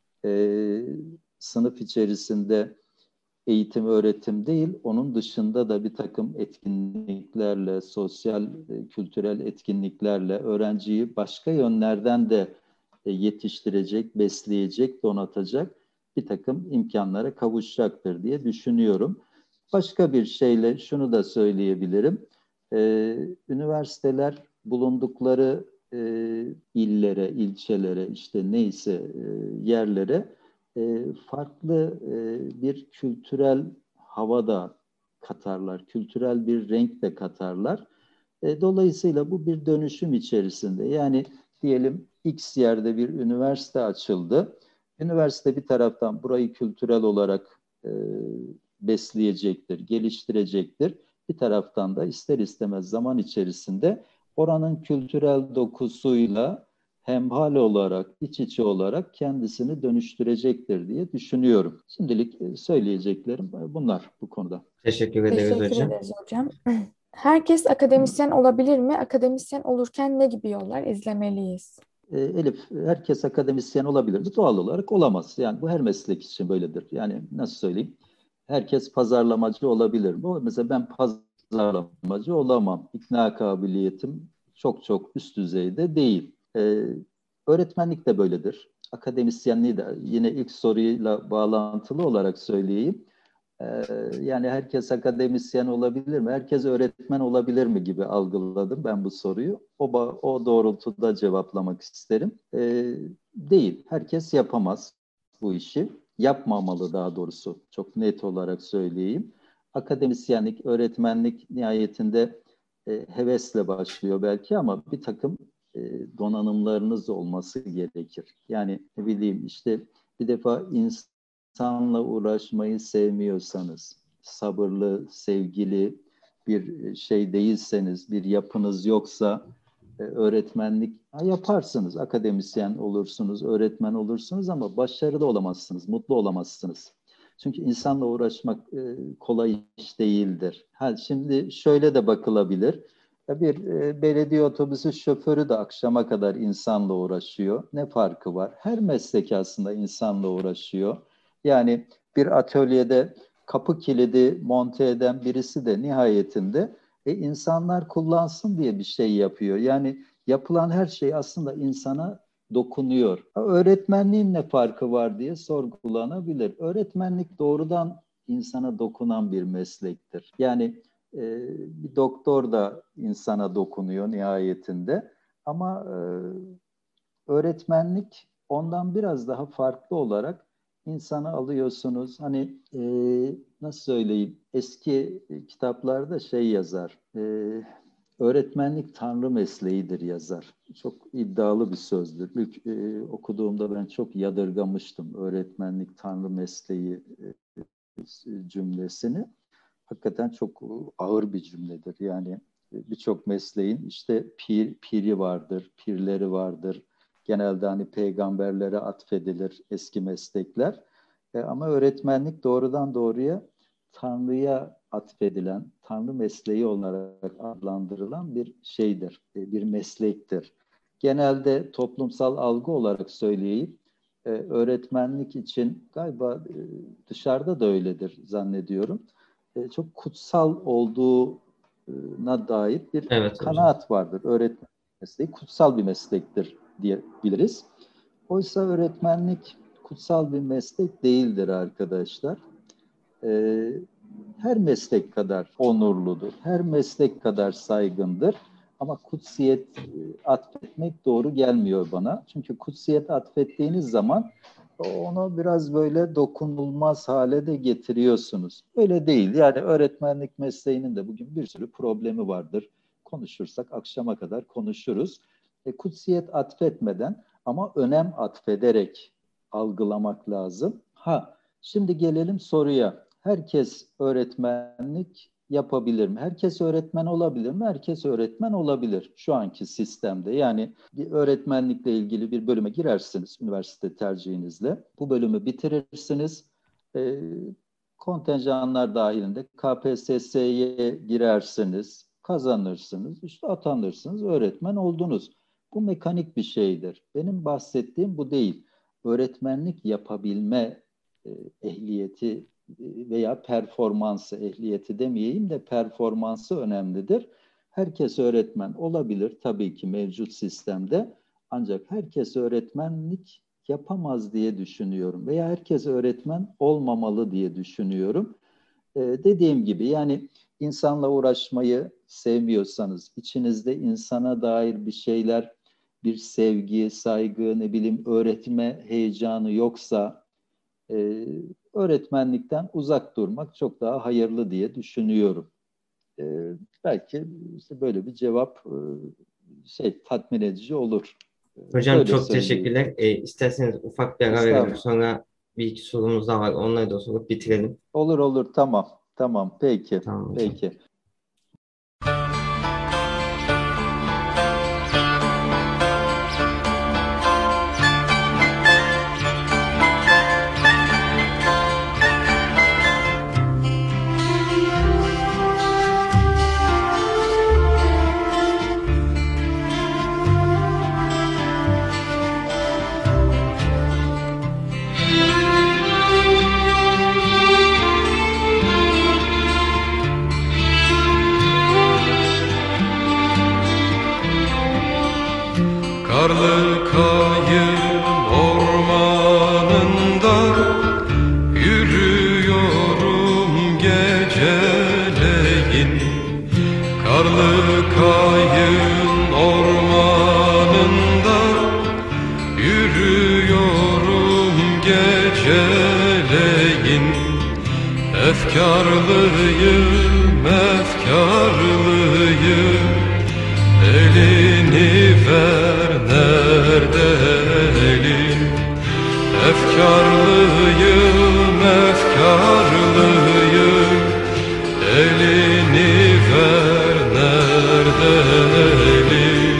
e, sınıf içerisinde eğitim, öğretim değil, onun dışında da bir takım etkinliklerle, sosyal, e, kültürel etkinliklerle öğrenciyi başka yönlerden de e, yetiştirecek, besleyecek, donatacak bir takım imkanlara kavuşacaktır diye düşünüyorum. Başka bir şeyle şunu da söyleyebilirim. Ee, üniversiteler bulundukları e, illere, ilçelere, işte neyse e, yerlere e, farklı e, bir kültürel hava da katarlar, kültürel bir renk de katarlar. E, dolayısıyla bu bir dönüşüm içerisinde. Yani diyelim X yerde bir üniversite açıldı. Üniversite bir taraftan burayı kültürel olarak e, besleyecektir, geliştirecektir. Bir taraftan da ister istemez zaman içerisinde oranın kültürel dokusuyla hemhal olarak, iç içe olarak kendisini dönüştürecektir diye düşünüyorum. Şimdilik e, söyleyeceklerim bunlar bu konuda. Teşekkür ederiz Teşekkür hocam. ederiz hocam. Herkes akademisyen olabilir mi? Akademisyen olurken ne gibi yollar izlemeliyiz? E, Elif, herkes akademisyen olabilir mi? Doğal olarak olamaz. Yani bu her meslek için böyledir. Yani nasıl söyleyeyim? Herkes pazarlamacı olabilir mi? Mesela ben pazarlamacı olamam. İkna kabiliyetim çok çok üst düzeyde değil. E, öğretmenlik de böyledir. Akademisyenliği de yine ilk soruyla bağlantılı olarak söyleyeyim. Ee, yani herkes akademisyen olabilir mi? Herkes öğretmen olabilir mi gibi algıladım ben bu soruyu. O, o doğrultuda cevaplamak isterim. Ee, değil. Herkes yapamaz bu işi. Yapmamalı daha doğrusu. Çok net olarak söyleyeyim. Akademisyenlik, öğretmenlik nihayetinde e, hevesle başlıyor belki ama bir takım e, donanımlarınız olması gerekir. Yani ne bileyim işte bir defa insan insanla uğraşmayı sevmiyorsanız, sabırlı, sevgili bir şey değilseniz, bir yapınız yoksa e, öğretmenlik yaparsınız, akademisyen olursunuz, öğretmen olursunuz ama başarılı olamazsınız, mutlu olamazsınız. Çünkü insanla uğraşmak e, kolay iş değildir. Ha, şimdi şöyle de bakılabilir. Ya bir e, belediye otobüsü şoförü de akşama kadar insanla uğraşıyor. Ne farkı var? Her meslek aslında insanla uğraşıyor. Yani bir atölyede kapı kilidi monte eden birisi de nihayetinde e, insanlar kullansın diye bir şey yapıyor. Yani yapılan her şey aslında insana dokunuyor. Öğretmenliğin ne farkı var diye sorgulanabilir. Öğretmenlik doğrudan insana dokunan bir meslektir. Yani e, bir doktor da insana dokunuyor nihayetinde. Ama e, öğretmenlik ondan biraz daha farklı olarak insanı alıyorsunuz. Hani e, nasıl söyleyeyim? Eski kitaplarda şey yazar. E, öğretmenlik tanrı mesleğidir yazar. Çok iddialı bir sözdür. İlk e, okuduğumda ben çok yadırgamıştım öğretmenlik tanrı mesleği e, cümlesini. Hakikaten çok ağır bir cümledir. Yani birçok mesleğin işte pir, piri vardır, pirleri vardır. Genelde hani peygamberlere atfedilir eski meslekler. E, ama öğretmenlik doğrudan doğruya Tanrı'ya atfedilen, Tanrı mesleği olarak adlandırılan bir şeydir, e, bir meslektir. Genelde toplumsal algı olarak söyleyeyim, e, öğretmenlik için galiba e, dışarıda da öyledir zannediyorum. E, çok kutsal olduğuna dair bir Evet hocam. kanaat vardır. Öğretmen mesleği kutsal bir meslektir diyebiliriz. Oysa öğretmenlik kutsal bir meslek değildir arkadaşlar. E, her meslek kadar onurludur. Her meslek kadar saygındır. Ama kutsiyet e, atfetmek doğru gelmiyor bana. Çünkü kutsiyet atfettiğiniz zaman onu biraz böyle dokunulmaz hale de getiriyorsunuz. Öyle değil. Yani öğretmenlik mesleğinin de bugün bir sürü problemi vardır. Konuşursak akşama kadar konuşuruz. E, kutsiyet atfetmeden ama önem atfederek algılamak lazım. Ha, şimdi gelelim soruya. Herkes öğretmenlik yapabilir mi? Herkes öğretmen olabilir mi? Herkes öğretmen olabilir şu anki sistemde. Yani bir öğretmenlikle ilgili bir bölüme girersiniz üniversite tercihinizle. Bu bölümü bitirirsiniz. E, kontenjanlar dahilinde K P S S'ye girersiniz, kazanırsınız, işte atanırsınız, öğretmen oldunuz. Bu mekanik bir şeydir. Benim bahsettiğim bu değil. Öğretmenlik yapabilme e, ehliyeti veya performansı, ehliyeti demeyeyim de performansı önemlidir. Herkes öğretmen olabilir tabii ki mevcut sistemde. Ancak herkes öğretmenlik yapamaz diye düşünüyorum. Veya herkes öğretmen olmamalı diye düşünüyorum. Ee, dediğim gibi yani insanla uğraşmayı sevmiyorsanız, içinizde insana dair bir şeyler, bir sevgi, saygı, ne bileyim öğretme heyecanı yoksa e, öğretmenlikten uzak durmak çok daha hayırlı diye düşünüyorum. Ee, belki işte böyle bir cevap e, şey tatmin edici olur. Ee, Hocam böyle çok söyleyeyim. teşekkürler. E, isterseniz ufak bir ara verelim. Estağfurullah. Sonra bir iki sorumuz daha var. Onları da sorup bitirelim. Olur olur tamam. Tamam peki. Tamam hocam. Peki. Karlı kayın ormanında yürüyorum geceleyin. Karlı kayın ormanında yürüyorum geceleyin. Efkarlıyım, efkarlıyım, elini ver nerede elin? Efkarlıyım, efkarlıyım, elini ver nerede elin?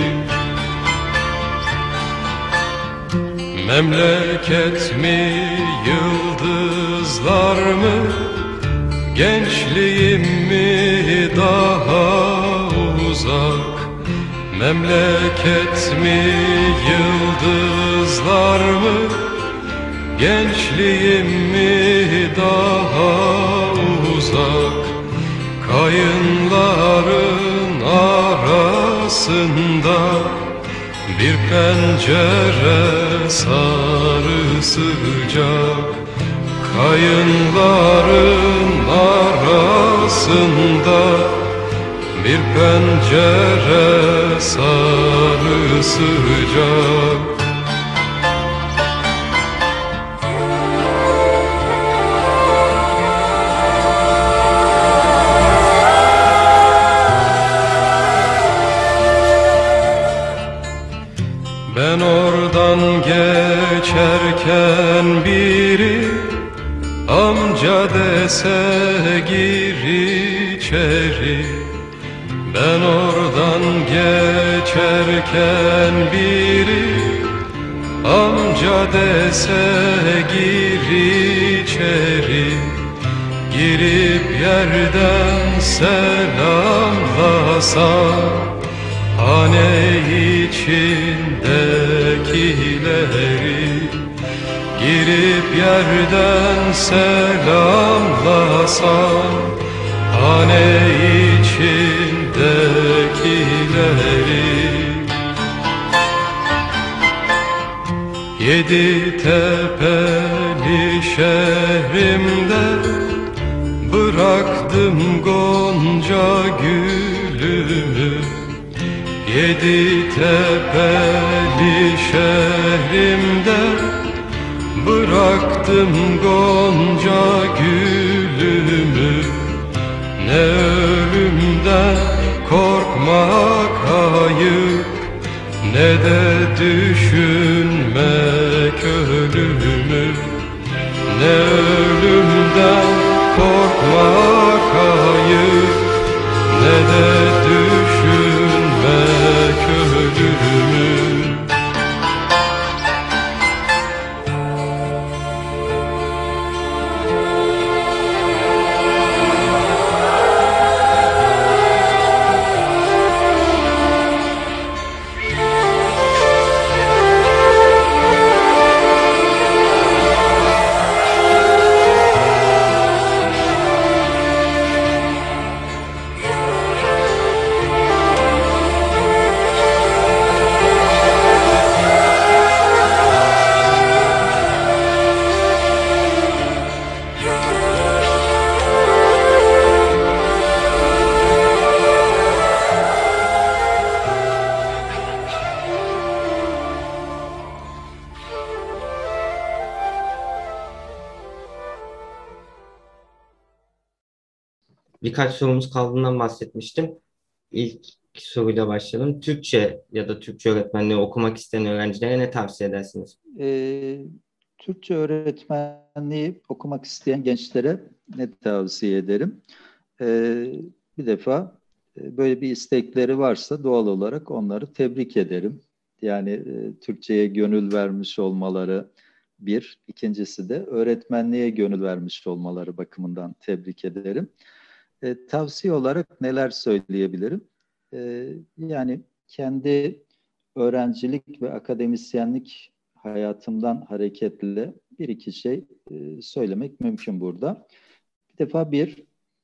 Memleket mi, yıldız yıldızlar mı? Gençliğim mi daha uzak? Memleket mi yıldızlar mı? Gençliğim mi daha uzak? Kayınların arasında bir pencere sarı sıcak. Kayınların arasında bir pencere sarı sıcak. Ben oradan geçerken biri amca dese gir içeri. Ben oradan geçerken biri amca dese gir içeri. Girip yerden selamlasam hane içindekileri. Girip yerden selamlasam hane içindekileri. Yedi tepeli şehrimde bıraktım gonca gülümü. Yedi tepeli şehrimde bıraktım gonca gülümü. Ne ölümden korkmak ayıp, ne de düşünmek ölümü. Ne ölümden korkmak ayıp, ne de düşünmek ölümü. Birkaç sorumuz kaldığından bahsetmiştim. İlk soruyla başlayalım. Türkçe ya da Türkçe öğretmenliği okumak isteyen öğrencilere ne tavsiye edersiniz? Ee, Türkçe öğretmenliği okumak isteyen gençlere ne tavsiye ederim? Ee, bir defa e, böyle bir istekleri varsa doğal olarak onları tebrik ederim. Yani e, Türkçe'ye gönül vermiş olmaları bir. İkincisi de öğretmenliğe gönül vermiş olmaları bakımından tebrik ederim. E, tavsiye olarak neler söyleyebilirim? E, yani kendi öğrencilik ve akademisyenlik hayatımdan hareketle bir iki şey e, söylemek mümkün burada. Bir defa bir,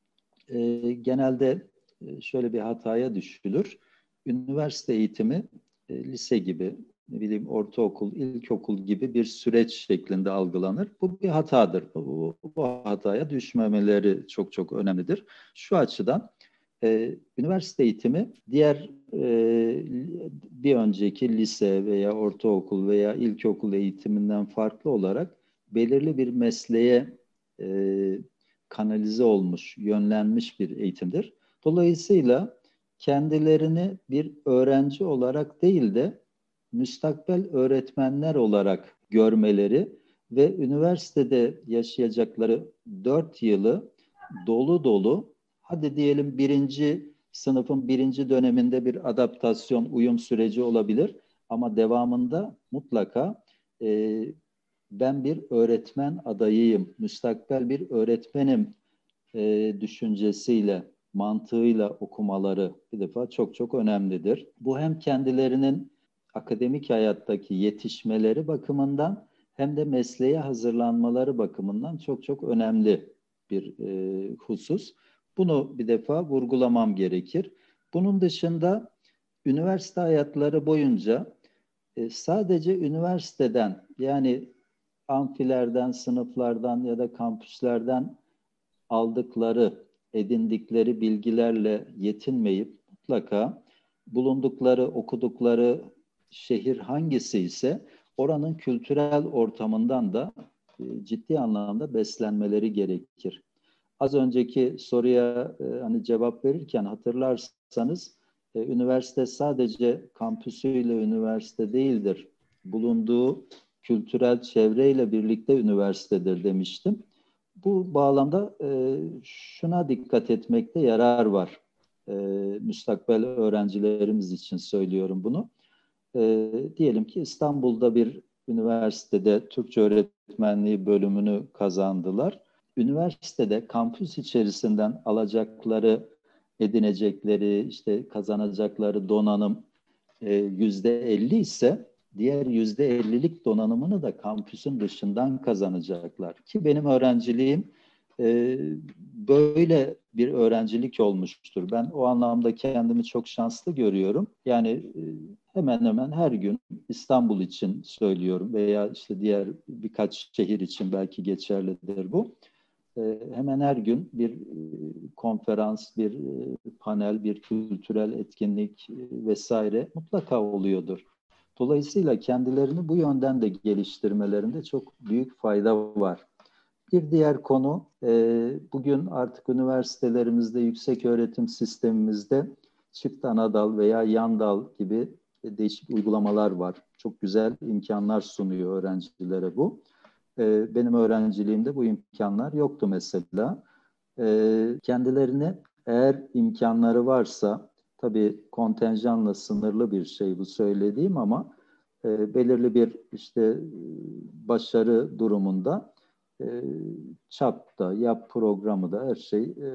e, genelde e, şöyle bir hataya düşülür. Üniversite eğitimi e, lise gibi, ne bileyim ortaokul, ilkokul gibi bir süreç şeklinde algılanır. Bu bir hatadır. Bu, bu hataya düşmemeleri çok çok önemlidir. Şu açıdan e, üniversite eğitimi diğer e, bir önceki lise veya ortaokul veya ilkokul eğitiminden farklı olarak belirli bir mesleğe e, kanalize olmuş, yönlenmiş bir eğitimdir. Dolayısıyla kendilerini bir öğrenci olarak değil de müstakbel öğretmenler olarak görmeleri ve üniversitede yaşayacakları dört yılı dolu dolu, hadi diyelim birinci sınıfın birinci döneminde bir adaptasyon, uyum süreci olabilir ama devamında mutlaka e, ben bir öğretmen adayıyım, müstakbel bir öğretmenim e, düşüncesiyle, mantığıyla okumaları bir defa çok çok önemlidir. Bu hem kendilerinin akademik hayattaki yetişmeleri bakımından hem de mesleğe hazırlanmaları bakımından çok çok önemli bir e, husus. Bunu bir defa vurgulamam gerekir. Bunun dışında üniversite hayatları boyunca e, sadece üniversiteden yani amfilerden, sınıflardan ya da kampüslerden aldıkları, edindikleri bilgilerle yetinmeyip mutlaka bulundukları, okudukları şehir hangisi ise oranın kültürel ortamından da e, ciddi anlamda beslenmeleri gerekir. Az önceki soruya e, hani cevap verirken hatırlarsanız e, üniversite sadece kampüsüyle üniversite değildir. Bulunduğu kültürel çevreyle birlikte üniversitedir demiştim. Bu bağlamda e, şuna dikkat etmekte yarar var. E, müstakbel öğrencilerimiz için söylüyorum bunu. E, diyelim ki İstanbul'da bir üniversitede Türkçe öğretmenliği bölümünü kazandılar. Üniversitede kampüs içerisinden alacakları, edinecekleri, işte kazanacakları donanım e, yüzde elli ise diğer yüzde ellilik donanımını da kampüsün dışından kazanacaklar. Ki benim öğrenciliğim e, böyle bir öğrencilik olmuştur. Ben o anlamda kendimi çok şanslı görüyorum. Yani e, hemen hemen her gün İstanbul için söylüyorum veya işte diğer birkaç şehir için belki geçerlidir bu. E, hemen her gün bir e, konferans, bir e, panel, bir kültürel etkinlik e, vesaire mutlaka oluyordur. Dolayısıyla kendilerini bu yönden de geliştirmelerinde çok büyük fayda var. Bir diğer konu, e, bugün artık üniversitelerimizde, yüksek öğretim sistemimizde çift ana dal veya yan dal gibi değişik uygulamalar var. Çok güzel imkanlar sunuyor öğrencilere bu. E, benim öğrenciliğimde bu imkanlar yoktu mesela. E, kendilerini eğer imkanları varsa, tabii kontenjanla sınırlı bir şey bu söylediğim ama e, belirli bir işte başarı durumunda e, çapta, yap programı da her şey e,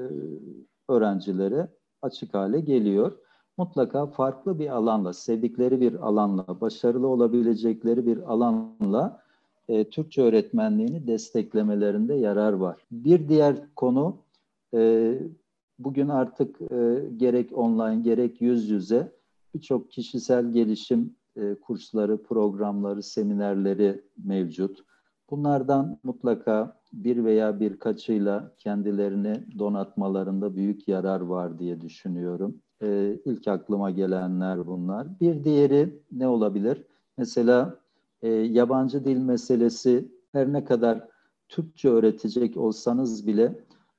öğrencilere açık hale geliyor. Mutlaka farklı bir alanla, sevdikleri bir alanla, başarılı olabilecekleri bir alanla e, Türkçe öğretmenliğini desteklemelerinde yarar var. Bir diğer konu, e, bugün artık e, gerek online gerek yüz yüze birçok kişisel gelişim e, kursları, programları, seminerleri mevcut. Bunlardan mutlaka bir veya birkaçıyla kendilerini donatmalarında büyük yarar var diye düşünüyorum. Ee, ilk aklıma gelenler bunlar. Bir diğeri ne olabilir? Mesela e, yabancı dil meselesi, her ne kadar Türkçe öğretecek olsanız bile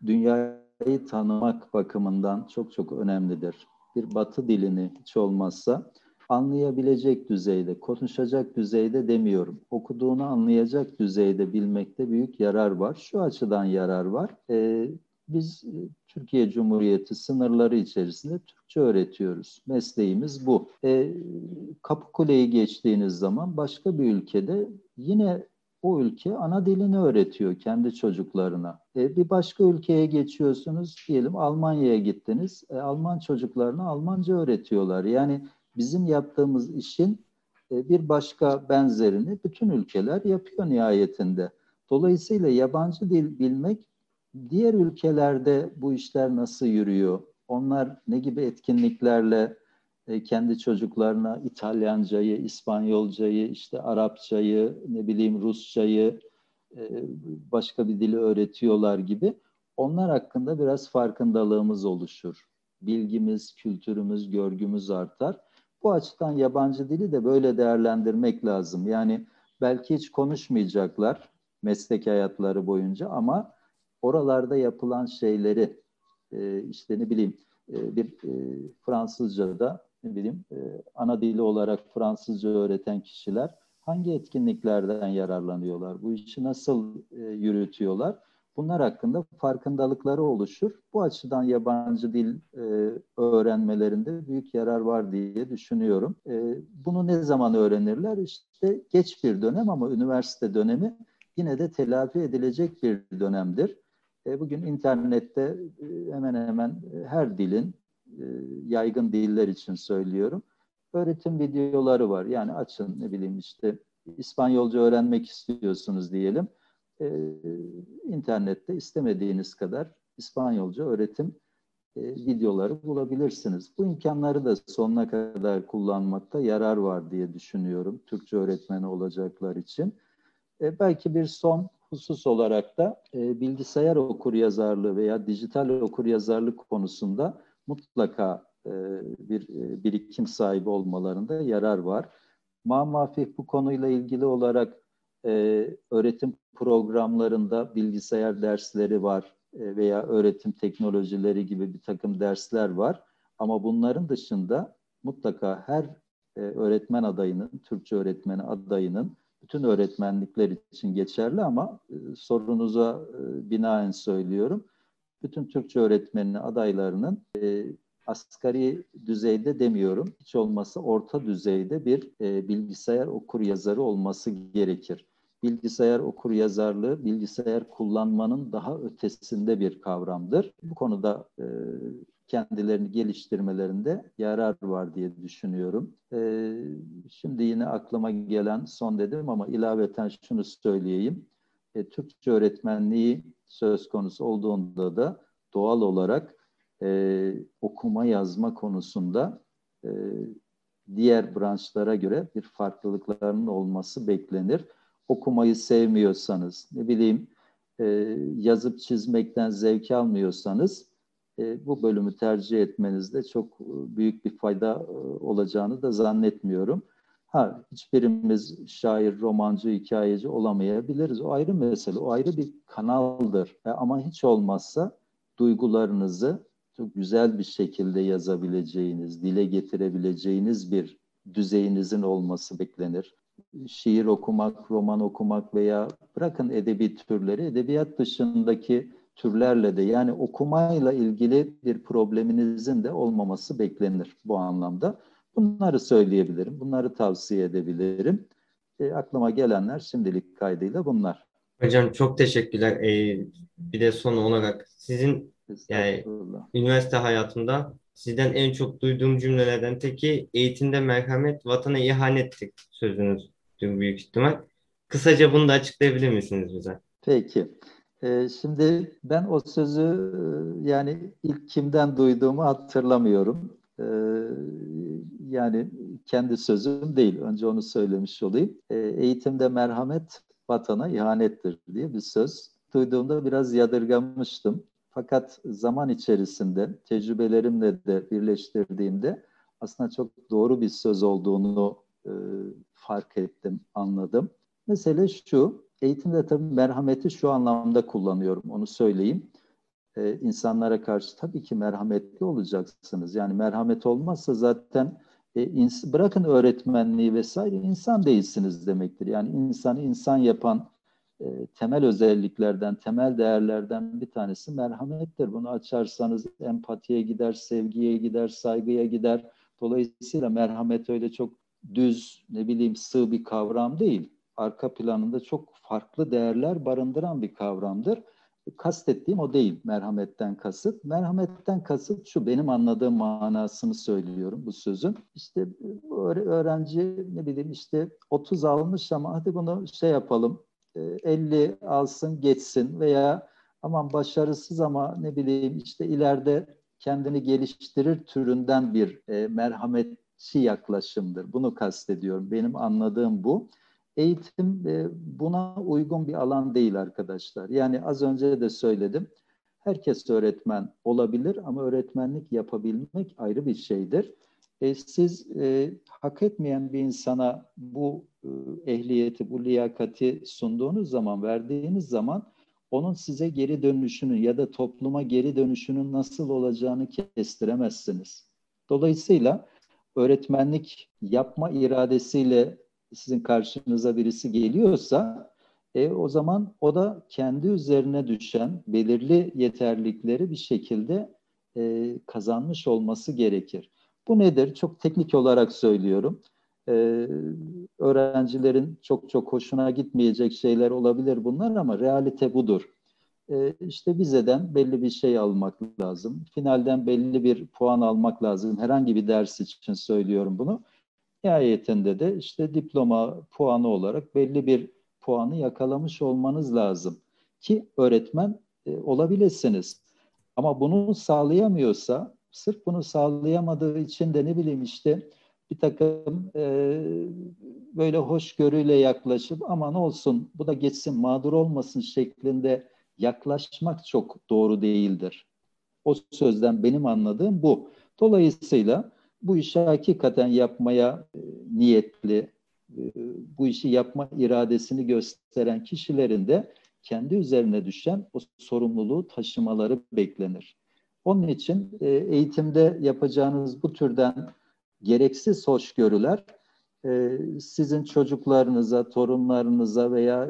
dünyayı tanımak bakımından çok çok önemlidir. Bir Batı dilini hiç olmazsa anlayabilecek düzeyde, konuşacak düzeyde demiyorum. Okuduğunu anlayacak düzeyde bilmekte büyük yarar var. Şu açıdan yarar var. Ee, biz Türkiye Cumhuriyeti sınırları içerisinde Türkçe öğretiyoruz. Mesleğimiz bu. Ee, Kapıkule'yi geçtiğiniz zaman başka bir ülkede yine o ülke ana dilini öğretiyor kendi çocuklarına. E, bir başka ülkeye geçiyorsunuz, diyelim Almanya'ya gittiniz. E, Alman çocuklarına Almanca öğretiyorlar. Yani bizim yaptığımız işin e, bir başka benzerini bütün ülkeler yapıyor nihayetinde. Dolayısıyla yabancı dil bilmek, diğer ülkelerde bu işler nasıl yürüyor? Onlar ne gibi etkinliklerle e, kendi çocuklarına İtalyancayı, İspanyolcayı, işte Arapçayı, ne bileyim Rusçayı, e, başka bir dili öğretiyorlar gibi. Onlar hakkında biraz farkındalığımız oluşur. Bilgimiz, kültürümüz, görgümüz artar. Bu açıdan yabancı dili de böyle değerlendirmek lazım. Yani belki hiç konuşmayacaklar meslek hayatları boyunca ama oralarda yapılan şeyleri e, işte ne bileyim e, bir e, Fransızca'da ne bileyim e, ana dili olarak Fransızca öğreten kişiler hangi etkinliklerden yararlanıyorlar? Bu işi nasıl e, yürütüyorlar? bunlar hakkında farkındalıkları oluşur. Bu açıdan yabancı dil e, öğrenmelerinde büyük yarar var diye düşünüyorum. E, bunu ne zaman öğrenirler? İşte geç bir dönem ama üniversite dönemi yine de telafi edilecek bir dönemdir. E, bugün internette e, hemen hemen her dilin, e, yaygın diller için söylüyorum, öğretim videoları var. Yani açın, ne bileyim işte İspanyolca öğrenmek istiyorsunuz diyelim. Ee, internette istemediğiniz kadar İspanyolca öğretim e, videoları bulabilirsiniz. Bu imkanları da sonuna kadar kullanmakta yarar var diye düşünüyorum Türkçe öğretmeni olacaklar için. E, belki bir son husus olarak da e, bilgisayar okuryazarlığı veya dijital okuryazarlık konusunda mutlaka e, bir e, birikim sahibi olmalarında yarar var. Mamafih bu konuyla ilgili olarak e, öğretim programlarında bilgisayar dersleri var e, veya öğretim teknolojileri gibi bir takım dersler var. Ama bunların dışında mutlaka her e, öğretmen adayının, Türkçe öğretmeni adayının, bütün öğretmenlikler için geçerli ama e, sorunuza e, binaen söylüyorum. Bütün Türkçe öğretmeni adaylarının e, asgari düzeyde demiyorum, hiç olmazsa orta düzeyde bir e, bilgisayar okuryazarı olması gerekir. Bilgisayar okuryazarlığı, bilgisayar kullanmanın daha ötesinde bir kavramdır. Bu konuda e, kendilerini geliştirmelerinde yarar var diye düşünüyorum. E, şimdi yine aklıma gelen son dedim ama ilaveten şunu söyleyeyim. E, Türkçe öğretmenliği söz konusu olduğunda da doğal olarak e, okuma yazma konusunda e, diğer branşlara göre bir farklılıklarının olması beklenir. Okumayı sevmiyorsanız, ne bileyim e, yazıp çizmekten zevk almıyorsanız e, bu bölümü tercih etmenizde çok büyük bir fayda e, olacağını da zannetmiyorum. Ha, hiçbirimiz şair, romancı, hikayeci olamayabiliriz. O ayrı mesele, o ayrı bir kanaldır. E, ama hiç olmazsa duygularınızı çok güzel bir şekilde yazabileceğiniz, dile getirebileceğiniz bir düzeyinizin olması beklenir. Şiir okumak, roman okumak veya bırakın edebi türleri, edebiyat dışındaki türlerle de, yani okumayla ilgili bir probleminizin de olmaması beklenir bu anlamda. Bunları söyleyebilirim, bunları tavsiye edebilirim. E, aklıma gelenler şimdilik kaydıyla bunlar. Hocam çok teşekkürler. Ee, bir de son olarak sizin yani Estağfurullah. üniversite hayatında sizden en çok duyduğum cümlelerden teki eğitimde merhamet vatana ihanettir sözünüzdür büyük ihtimal. Kısaca bunu da açıklayabilir misiniz bize? Peki. Ee, şimdi ben o sözü e, yani ilk kimden duyduğumu hatırlamıyorum. Ee, yani kendi sözüm değil. Önce onu söylemiş olayım. Ee, eğitimde merhamet vatana ihanettir diye bir söz. Duyduğumda biraz yadırgamıştım. Fakat zaman içerisinde tecrübelerimle de birleştirdiğimde aslında çok doğru bir söz olduğunu e, fark ettim, anladım. Mesele şu, eğitimde tabii merhameti şu anlamda kullanıyorum, onu söyleyeyim. Ee, insanlara karşı tabii ki merhametli olacaksınız. Yani merhamet olmazsa zaten e, ins- bırakın öğretmenliği vesaire, insan değilsiniz demektir. Yani insanı insan yapan e, temel özelliklerden, temel değerlerden bir tanesi merhamettir. Bunu açarsanız empatiye gider, sevgiye gider, saygıya gider. Dolayısıyla merhamet öyle çok düz, ne bileyim sığ bir kavram değil. Arka planında çok farklı değerler barındıran bir kavramdır. Kastettiğim o değil, merhametten kasıt. Merhametten kasıt şu, benim anladığım manasını söylüyorum bu sözün. İşte öğrenci ne bileyim işte otuz almış ama hadi bunu şey yapalım, elli alsın geçsin veya aman başarısız ama ne bileyim işte ileride kendini geliştirir türünden bir e, merhametçi yaklaşımdır. Bunu kastediyorum. Benim anladığım bu. Eğitim e, buna uygun bir alan değil arkadaşlar. Yani az önce de söyledim. Herkes öğretmen olabilir ama öğretmenlik yapabilmek ayrı bir şeydir. E, siz e, hak etmeyen bir insana bu e, ehliyeti, bu liyakati sunduğunuz zaman, verdiğiniz zaman onun size geri dönüşünün ya da topluma geri dönüşünün nasıl olacağını kestiremezsiniz. Dolayısıyla öğretmenlik yapma iradesiyle sizin karşınıza birisi geliyorsa E, o zaman o da kendi üzerine düşen belirli yeterlilikleri bir şekilde e, kazanmış olması gerekir. Bu nedir? Çok teknik olarak söylüyorum. E, öğrencilerin çok çok hoşuna gitmeyecek şeyler olabilir bunlar ama realite budur. E, işte vizeden belli bir şey almak lazım. Finalden belli bir puan almak lazım. Herhangi bir ders için söylüyorum bunu. Nihayetinde de işte diploma puanı olarak belli bir puanı yakalamış olmanız lazım ki öğretmen e, olabilirsiniz. Ama bunu sağlayamıyorsa, sırf bunu sağlayamadığı için de ne bileyim işte bir takım e, böyle hoşgörüyle yaklaşıp aman olsun bu da geçsin mağdur olmasın şeklinde yaklaşmak çok doğru değildir. O sözden benim anladığım bu. Dolayısıyla bu işi hakikaten yapmaya e, niyetli, e, bu işi yapma iradesini gösteren kişilerin de kendi üzerine düşen o sorumluluğu taşımaları beklenir. Onun için e, eğitimde yapacağınız bu türden gereksiz hoşgörüler e, sizin çocuklarınıza, torunlarınıza veya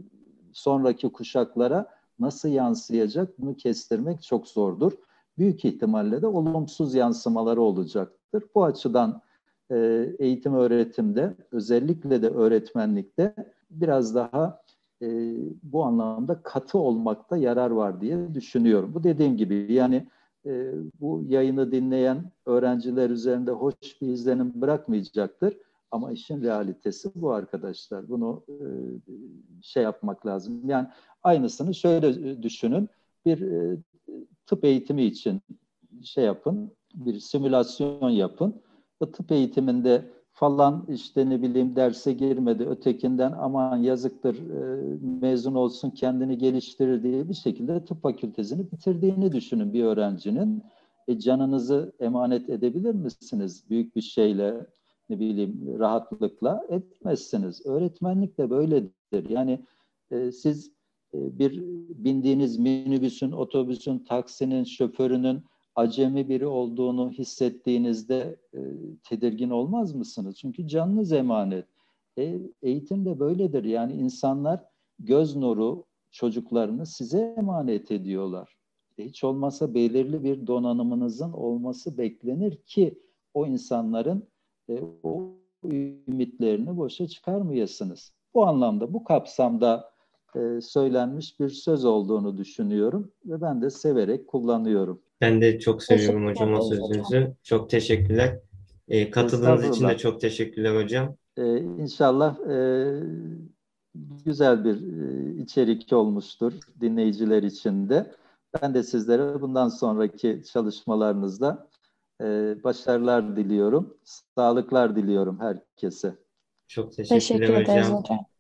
sonraki kuşaklara nasıl yansıyacak bunu kestirmek çok zordur. Büyük ihtimalle de olumsuz yansımaları olacaktır. Bu açıdan e, eğitim öğretimde özellikle de öğretmenlikte biraz daha e, bu anlamda katı olmakta yarar var diye düşünüyorum. Bu dediğim gibi yani e, bu yayını dinleyen öğrenciler üzerinde hoş bir izlenim bırakmayacaktır. Ama işin realitesi bu arkadaşlar. Bunu e, şey yapmak lazım. Yani aynısını şöyle düşünün. Bir e, tıp eğitimi için şey yapın, bir simülasyon yapın. O tıp eğitiminde falan işte ne bileyim derse girmedi, ötekinden aman yazıktır e, mezun olsun kendini geliştirir diye bir şekilde tıp fakültesini bitirdiğini düşünün bir öğrencinin. E, canınızı emanet edebilir misiniz büyük bir şeyle, ne bileyim rahatlıkla? Etmezsiniz. Öğretmenlik de böyledir. Yani e, siz e, bir bindiğiniz minibüsün, otobüsün, taksinin, şoförünün acemi biri olduğunu hissettiğinizde e, tedirgin olmaz mısınız? Çünkü canınız emanet. E, eğitim de böyledir. Yani insanlar göz nuru çocuklarını size emanet ediyorlar. E, hiç olmazsa belirli bir donanımınızın olması beklenir ki o insanların e, o ümitlerini boşa çıkarmayasınız. Bu anlamda, bu kapsamda e, söylenmiş bir söz olduğunu düşünüyorum ve ben de severek kullanıyorum. Ben de çok seviyorum Teşekkür hocam o ederiz hocam. sözünüzü. Çok teşekkürler. E, katıldığınız için de Estağfurullah. çok teşekkürler hocam. E, İnşallah e, güzel bir e, içerik olmuştur dinleyiciler için de. Ben de sizlere bundan sonraki çalışmalarınızda e, başarılar diliyorum, sağlıklar diliyorum herkese. Çok Teşekkür teşekkürler ederiz hocam. hocam.